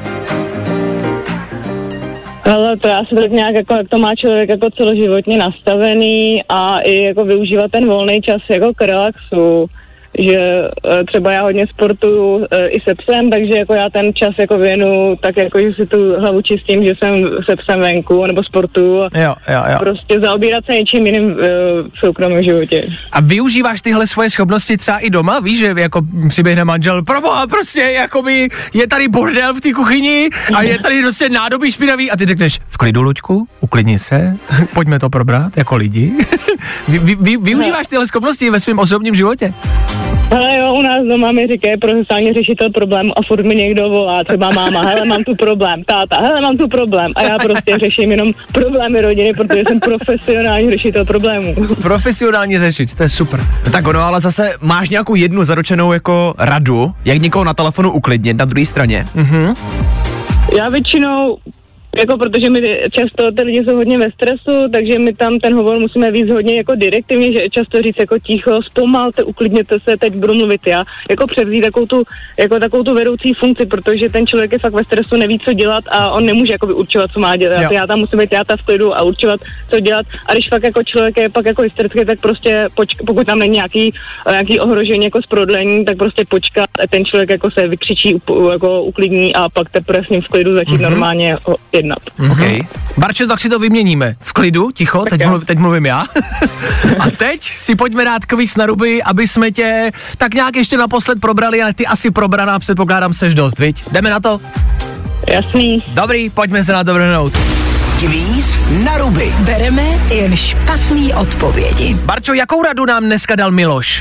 S6: Ale to já se tak nějak jako, jak to má člověk jako celoživotně nastavený a i jako využívat ten volný čas jako k relaxu. že třeba já hodně sportuju i se psem, takže jako já ten čas jako věnu tak jako, že si tu hlavu čistím, že jsem se psem venku nebo sportuju.
S3: Jo.
S6: Prostě zaobírat se něčím jiným v soukromém životě.
S3: A využíváš tyhle svoje schopnosti třeba i doma? Víš, že jako přiběhne manžel, proboha, prostě jakoby je tady bordel v té kuchyni a je tady prostě nádobí špinavý a ty řekneš, v klidu, Luďku, uklidni se, pojďme to probrat jako lidi. Využíváš tyhle schopnosti ve svém osobním životě?
S6: Hele jo, u nás doma mi říkají profesionální řešitel problému a furt mi někdo volá, třeba máma, hele mám tu problém, táta, hele mám tu problém a já prostě řeším jenom problémy rodiny, protože jsem profesionální řešitel problémů.
S3: Profesionální řešič, to je super.
S2: Tak ono, ale zase máš nějakou jednu zaručenou jako radu, jak někoho na telefonu uklidnit na druhé straně?
S6: Já většinou, jako protože my často ty lidi jsou hodně ve stresu, takže my tam ten hovor musíme víc hodně jako direktivně, že často říct jako ticho, zpomalte, uklidněte se, teď budu mluvit já, jako převzít takovou tu vedoucí funkci, protože ten člověk je fakt ve stresu, neví, co dělat a on nemůže jakoby určovat, co má dělat. Jo. Já tam musím být v klidu a určovat, co dělat. A když fakt jako člověk je pak jako hysterický, tak prostě pokud tam není nějaký ohrožení jako z prodlení, tak prostě počká, ten člověk jako se vykřičí, jako uklidní a pak teprve s ním v klidu začít normálně jednat.
S3: Okay. Barčo, tak si to vyměníme. V klidu, ticho, teď mluvím já. A teď si pojďme dát kvíz na ruby, aby jsme tě tak nějak ještě naposled probrali, ale ty asi probraná, předpokládám, seš dost, viď? Jdeme na to?
S6: Jasný.
S3: Dobrý, pojďme se na to vrhnout.
S9: Kvíz na ruby.
S1: Bereme jen špatný odpovědi.
S3: Barčo, jakou radu nám dneska dal Miloš?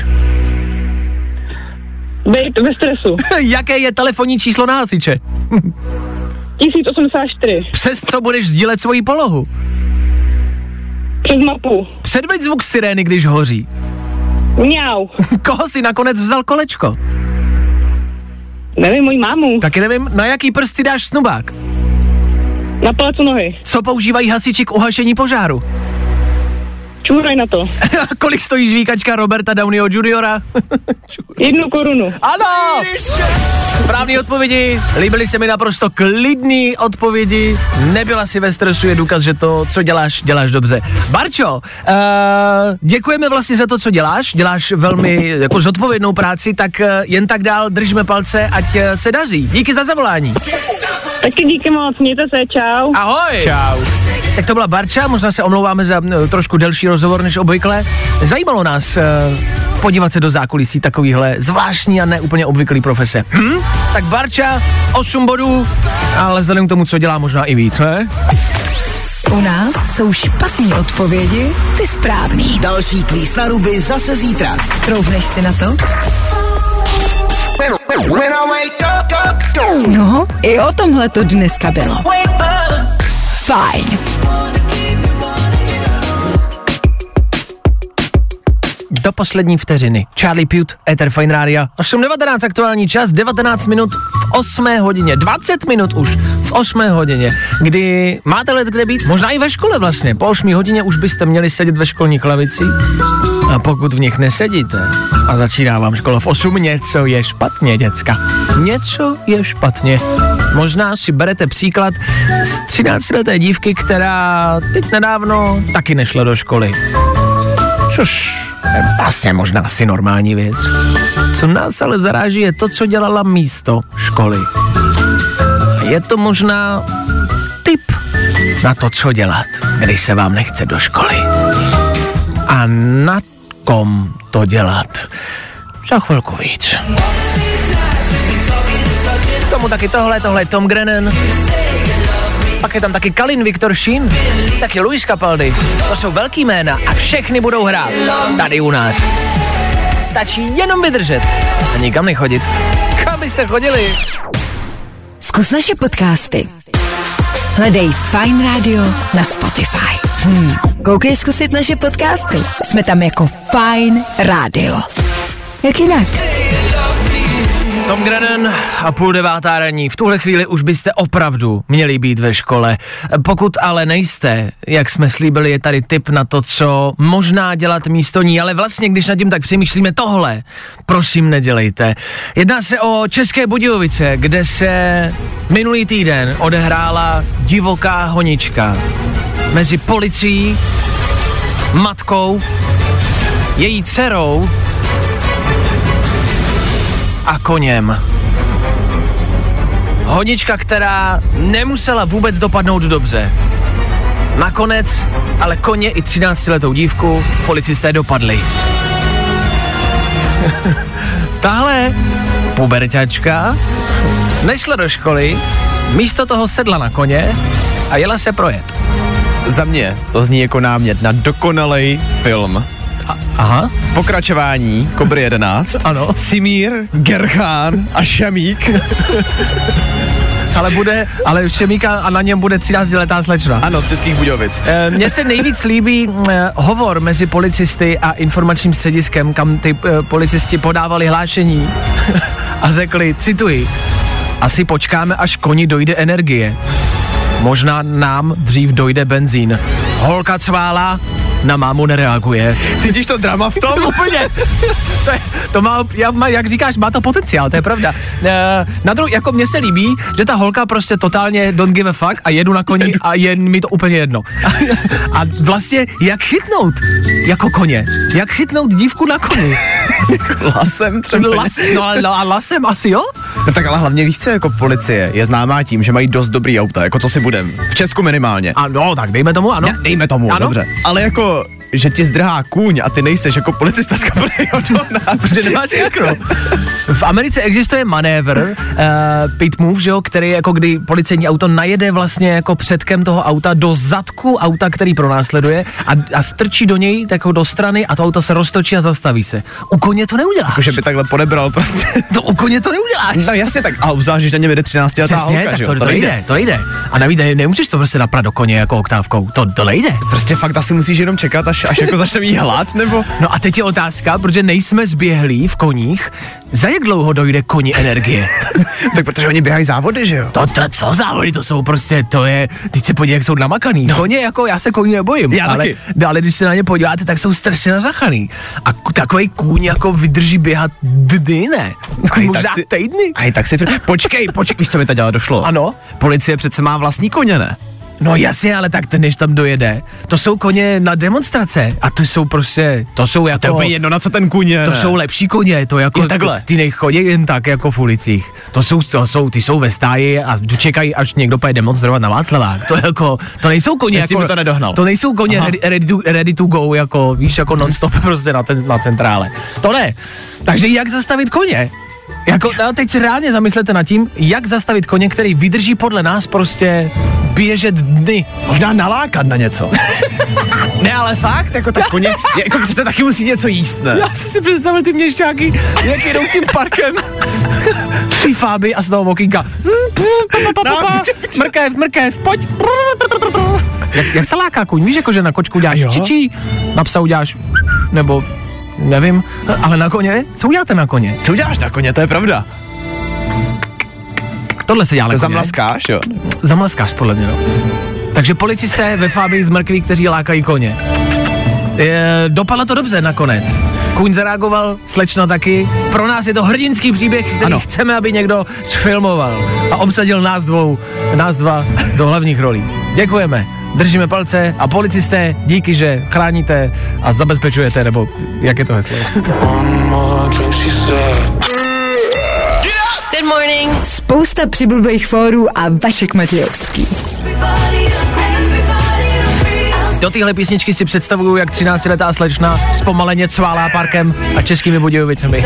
S6: Bejt ve stresu.
S3: Jaké je telefonní číslo na hasiče?
S6: 1084.
S3: Přes co budeš sdílet svoji polohu?
S6: Přes mapu.
S3: Předveď zvuk sirény, když hoří.
S6: Mňau.
S3: Koho si nakonec vzal kolečko?
S6: Nevím, moji mámu.
S3: Taky nevím, na jaký prst si dáš snubák?
S6: Na palcu nohy.
S3: Co používají hasiči k uhašení požáru?
S6: Čůraj na to.
S3: Kolik stojí žvíkačka Roberta Downeyho juniora?
S6: 1 korunu.
S3: Ano! Správný odpovědi, líbily se mi naprosto klidný odpovědi, nebyla si ve stresu, je důkaz, že to, co děláš dobře. Barčo, děkujeme vlastně za to, co děláš velmi jako zodpovědnou práci, tak jen tak dál držíme palce, ať se daří. Díky za zavolání.
S6: Taky díky moc, mějte se, čau.
S3: Ahoj. Čau. Tak to byla Barča, možná se omlouváme za trošku delší rozhovor než obvykle. Zajímalo nás podívat se do zákulisí takovýhle zvláštní a neúplně obvyklý profese. Tak Barča, 8 bodů, ale vzhledem k tomu, co dělá, možná i víc, ne?
S1: U nás jsou špatný odpovědi, ty správný.
S9: Další kvíz na ruby zase zítra.
S1: Troufneš si na to? No, i o tomhle to dneska bylo. Fajn.
S3: Do poslední vteřiny. Charlie Puth, Ether Fine Radio. 8:19 aktuální čas, 19 minut v 8 hodině, 20 minut už v 8 hodině, kdy máte let kde být, možná i ve škole vlastně. Po 8 hodině už byste měli sedět ve školních lavicích a pokud v nich nesedíte a začíná vám škola v 8, něco je špatně, děcka. Něco je špatně. Možná si berete příklad z 13leté dívky, která teď nedávno taky nešla do školy. Což je vlastně možná asi normální věc. Co nás ale zaráží je to, co dělala místo školy. Je to možná tip na to, co dělat, když se vám nechce do školy. A na kom to dělat. Za chvilku víc. K tomu taky tohle je Tom Grennan. Pak je tam taky Kalin Viktor Sheen, taky Luis Capaldi. To jsou velký jména a všechny budou hrát tady u nás. Stačí jenom vydržet a nikam nechodit. Kam byste chodili?
S1: Zkus naše podcasty. Hledej Fajn Radio na Spotify. Koukej zkusit naše podcasty. Jsme tam jako Fajn Radio. Jak jinak?
S3: Tom Grennan a 8:30 ranní. V tuhle chvíli už byste opravdu měli být ve škole. Pokud ale nejste, jak jsme slíbili, je tady tip na to, co možná dělat místo ní, ale vlastně, když nad tím tak přemýšlíme, tohle prosím nedělejte. Jedná se o České Budějovice, kde se minulý týden odehrála divoká honička mezi policií, matkou, její dcerou a koněm. Honička, která nemusela vůbec dopadnout dobře. Nakonec ale koně i 13letou dívku policisté dopadli. Tahle puberťačka nešla do školy, místo toho sedla na koně a jela se projet.
S2: Za mě to zní jako námět na dokonalej film.
S3: Aha.
S2: Pokračování Kobry 11.
S3: Ano.
S2: Simír, Gerchán a Šamík.
S3: Ale Šemíka a na něm bude 13letá slečna.
S2: Ano, z Českých Budějovic.
S3: Mně se nejvíc líbí hovor mezi policisty a informačním střediskem, kam ty policisti podávali hlášení a řekli, cituji, asi počkáme, až koni dojde energie. Možná nám dřív dojde benzín. Holka cvála, na mámu nereaguje.
S2: Cítíš to drama v tom?
S3: Úplně. To má, jak říkáš, má to potenciál, to je pravda. Na druhou, jako mně se líbí, že ta holka prostě totálně don't give a fuck a jedu na koni a je mi to úplně jedno. A vlastně, jak chytnout jako koně? Jak chytnout dívku na koni?
S2: Lasem třeba.
S3: A lasem asi jo?
S2: No tak ale hlavně víš co, jako policie je známá tím, že mají dost dobrý auta, jako co si budem. V Česku minimálně.
S3: Ano, tak dejme tomu, ano.
S2: Dejme tomu, ano? Dobře. Ale jako, že ti zdrhá kůň a ty nejseš jako policista schopný
S3: protože nemáš jak, no. V Americe existuje manévr, pit move, že jo, který jako kdy policejní auto najede vlastně jako předkem toho auta do zadku auta, který pronásleduje a strčí do něj jako do strany a to auto se roztočí a zastaví se. U koně to neuděláš.
S2: Jako, že by takhle podebral prostě.
S3: To u koně to neuděláš.
S2: No jasně, tak a obzvlášť, že na ně vede 13letá holka,
S3: tak
S2: že
S3: jo. To nejde. A navíc nemůžeš to prostě naprat do koně jako oktávkou. To nejde.
S2: Prostě fakt asi musíš jenom čekat, až jako začne mít hlad, nebo?
S3: No a teď je otázka, protože nejsme zběhlí v koních, za jak dlouho dojde koni energie?
S2: Tak protože oni běhají závody, že jo?
S3: To co závody, to jsou prostě, to je, teď se podívej, jak jsou namakaný. No. Koně, jako já se koní nebojím, ale když se na ně podíváte, tak jsou strašně nařachaný. A takovej kůň jako vydrží běhat dny, ne? Možná týdny.
S2: Tak si, počkej, víš, co mi tady došlo?
S3: Ano?
S2: Policie přece má vlastní koně, ne?
S3: No jasně, ale tak ten, než tam dojede, to jsou koně na demonstrace a to jsou prostě, to jsou jako...
S2: To je jedno, na co ten kůň je.
S3: To jsou lepší koně, to jako...
S2: Je takhle.
S3: Ty nechodí jen tak jako v ulicích. Ty jsou ve stáji a čekají, až někdo půjde demonstrovat na Václavák. To jako, to nejsou koně jako...
S2: to nedohnal.
S3: To nejsou koně ready to go, jako, víš, jako non-stop prostě na centrále. To ne. Takže jak zastavit koně? Jako, no, teď si reálně zamyslete nad tím, jak zastavit koně, který vydrží podle nás prostě běžet dny.
S2: Možná nalákat na něco. Ne, ale fakt, jako tak koně, jako přece taky musí něco jíst, ne?
S3: Já si představil ty měšťáky, jak jedou tím parkem. Ty fáby a z toho okýnka. Mrkev, pojď. Jak se láká kůň, víš, jako že na kočku děláš čičí, na psa uděláš, nebo... Nevím, ale na koně? Co uděláte na koně?
S2: Co uděláš na koně, to je pravda.
S3: Tohle se dělá na koně.
S2: Zamlaskáš, jo?
S3: Zamlaskáš, podle mě, no. Takže policisté ve Fábii z mrkví, kteří lákají koně. Dopadlo to dobře nakonec. Kůň zareagoval, slečna taky. Pro nás je to hrdinský příběh, který chceme, aby někdo sfilmoval. A obsadil nás dva do hlavních rolí. Děkujeme. Držíme palce a policisté, díky, že chráníte a zabezpečujete, nebo jak je to heslo?
S1: Good morning. Spousta přibulbých fórů a Vašek Matějovský.
S3: Do téhle písničky si představuju, jak 13letá slečna zpomaleně cválá parkem a Českými Budějovicemi.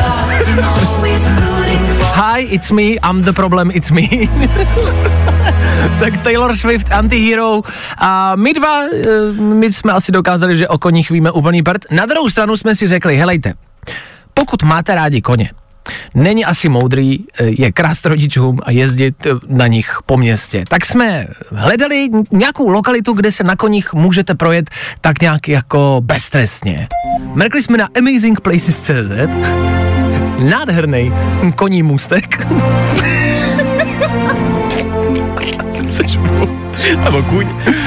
S3: Hi, it's me, I'm the problem, it's me. Tak Taylor Swift, Antihero a my jsme asi dokázali, že o koních víme úplný prd. Na druhou stranu jsme si řekli, helejte, pokud máte rádi koně, není asi moudrý je krást rodičům a jezdit na nich po městě. Tak jsme hledali nějakou lokalitu, kde se na koních můžete projet tak nějak jako beztrestně. Mrkli jsme na amazingplaces.cz, nádherný koní můstek.
S2: Nebo kůň.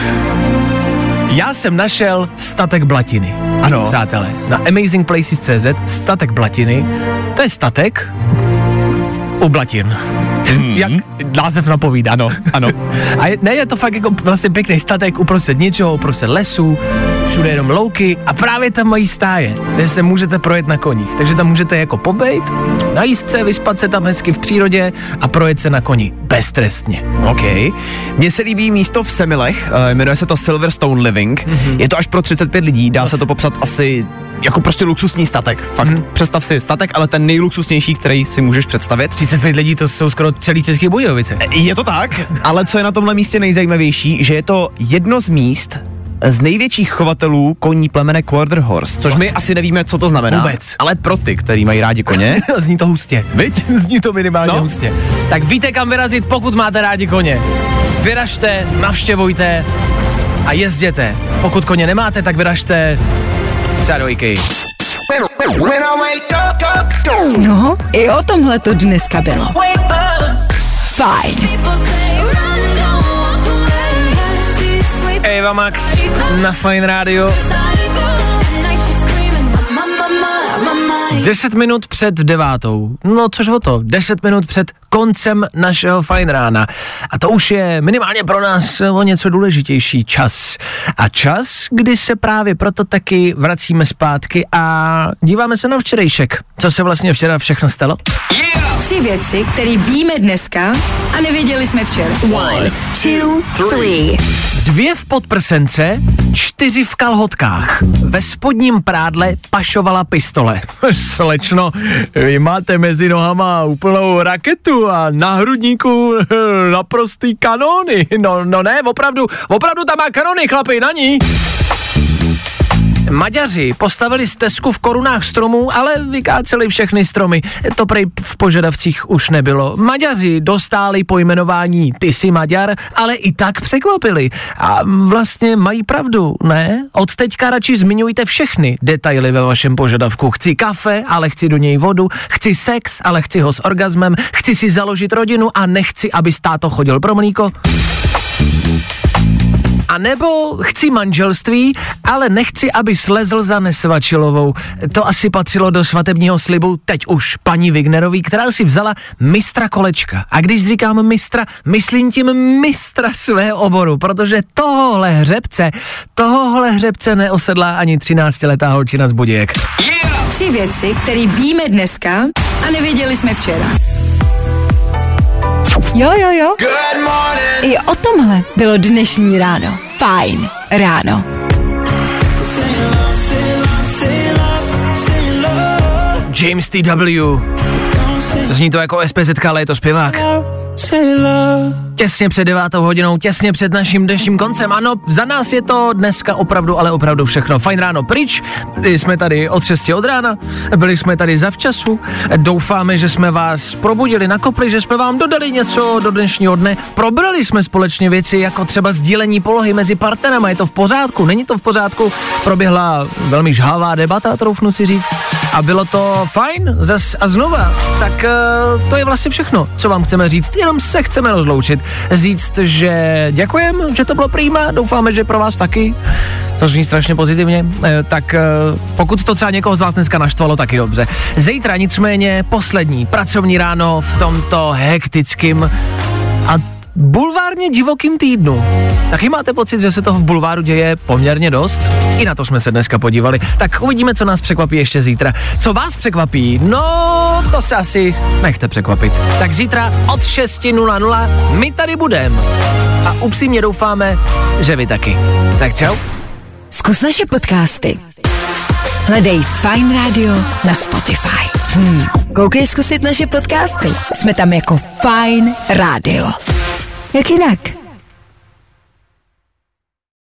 S3: Já jsem našel statek Blatiny.
S2: Ano.
S3: Přátelé, na amazingplaces.cz statek Blatiny, to je statek u Blatin. Jak název napovídá.
S2: Ano.
S3: A je to fakt jako vlastně pěkný statek uprostřed něčeho, uprostřed lesu, všude jenom louky a právě tam mají stáje, kde se můžete projet na koních. Takže tam můžete jako pobejt, najíst se, vyspat se tam hezky v přírodě a projet se na koni beztrestně.
S2: OK. Mně se líbí místo v Semilech, jmenuje se to Silverstone Living. Je to až pro 35 lidí, dá se to popsat asi jako prostě luxusní statek. Fakt, představ si statek, ale ten nejluxusnější, který si můžeš představit.
S3: 35 lidí, to jsou skoro celý České Budějovice.
S2: Je to tak, ale co je na tomhle místě nejzajímavější, že je to jedno z míst z největších chovatelů koní plemene Quarter Horse, což my asi nevíme, co to znamená.
S3: Vůbec.
S2: Ale pro ty, který mají rádi koně.
S3: Zní to hustě.
S2: Viď?
S3: Zní to minimálně hustě. Tak víte, kam vyrazit, pokud máte rádi koně. Vyražte, navštěvujte a jezděte. Pokud koně nemáte, tak vyražte třeba do IKEA.
S1: No, i o tomhle to dneska bylo. Fajn.
S3: Eva Max na Fajn rádio. 10 minut před 9. No což o to, 10 minut před koncem našeho Fajn rána. A to už je minimálně pro nás o něco důležitější čas. A čas, kdy se právě proto taky vracíme zpátky a díváme se na včerejšek. Co se vlastně včera všechno stalo?
S1: 3 věci, které víme dneska a nevěděli jsme včera. 1, 2, 3.
S3: 2 v podprsence, 4 v kalhotkách. Ve spodním prádle pašovala pistole. Slečno, vy máte mezi nohama úplnou raketu a na hrudníku naprostý kanóny. No ne, opravdu tam má kanóny, chlapi, na ní. Maďaři postavili stezku v korunách stromů, ale vykáceli všechny stromy. To prej v požadavcích už nebylo. Maďaři dostáli pojmenování Ty jsi Maďar, ale i tak překvapili. A vlastně mají pravdu, ne? Od teďka radši zmiňujte všechny detaily ve vašem požadavku. Chci kafe, ale chci do něj vodu. Chci sex, ale chci ho s orgazmem. Chci si založit rodinu a nechci, aby táto chodil pro mlíko. A nebo chci manželství, ale nechci, aby slezl za Nesvačilovou. To asi patřilo do svatebního slibu teď už paní Wignerový, která si vzala mistra kolečka. A když říkám mistra, myslím tím mistra svého oboru, protože tohohle hřebce neosedlá ani 13letá holčina z Budějek.
S1: 3 věci, které víme dneska a nevěděli jsme včera. Jo. I o tomhle bylo dnešní ráno. Fajn ráno.
S3: James T.W. Zní to jako SPZ, ale je to zpěvák. Těsně před 9 hodinou, těsně před naším dnešním koncem. Ano, za nás je to dneska opravdu, ale opravdu všechno. Fajn ráno pryč, byli jsme tady od 6 od rána, byli jsme tady zavčasu. Doufáme, že jsme vás probudili, nakopli, že jsme vám dodali něco do dnešního dne. Probrali jsme společně věci, jako třeba sdílení polohy mezi partnerama. Je to v pořádku, není to v pořádku? Proběhla velmi žhavá debata, troufnu si říct. A bylo to fajn, zas a znova. Tak to je vlastně všechno, co vám chceme říct. Jenom se chceme rozloučit. Říct, že děkujeme, že to bylo prýma, doufáme, že pro vás taky. To zní strašně pozitivně. Tak pokud to třeba někoho z vás dneska naštvalo, taky dobře. Zítra nicméně poslední pracovní ráno v tomto hektickým a bulvárně divokým týdnu. Taky máte pocit, že se toho v bulváru děje poměrně dost? I na to jsme se dneska podívali. Tak uvidíme, co nás překvapí ještě zítra. Co vás překvapí? No, to se asi nechte překvapit. Tak zítra od 6:00 my tady budeme. A upřímně doufáme, že vy taky. Tak čau.
S1: Zkus naše podcasty. Hledej Fajn Radio na Spotify. Koukej zkusit naše podcasty. Jsme tam jako Fajn Radio. Jak jinak?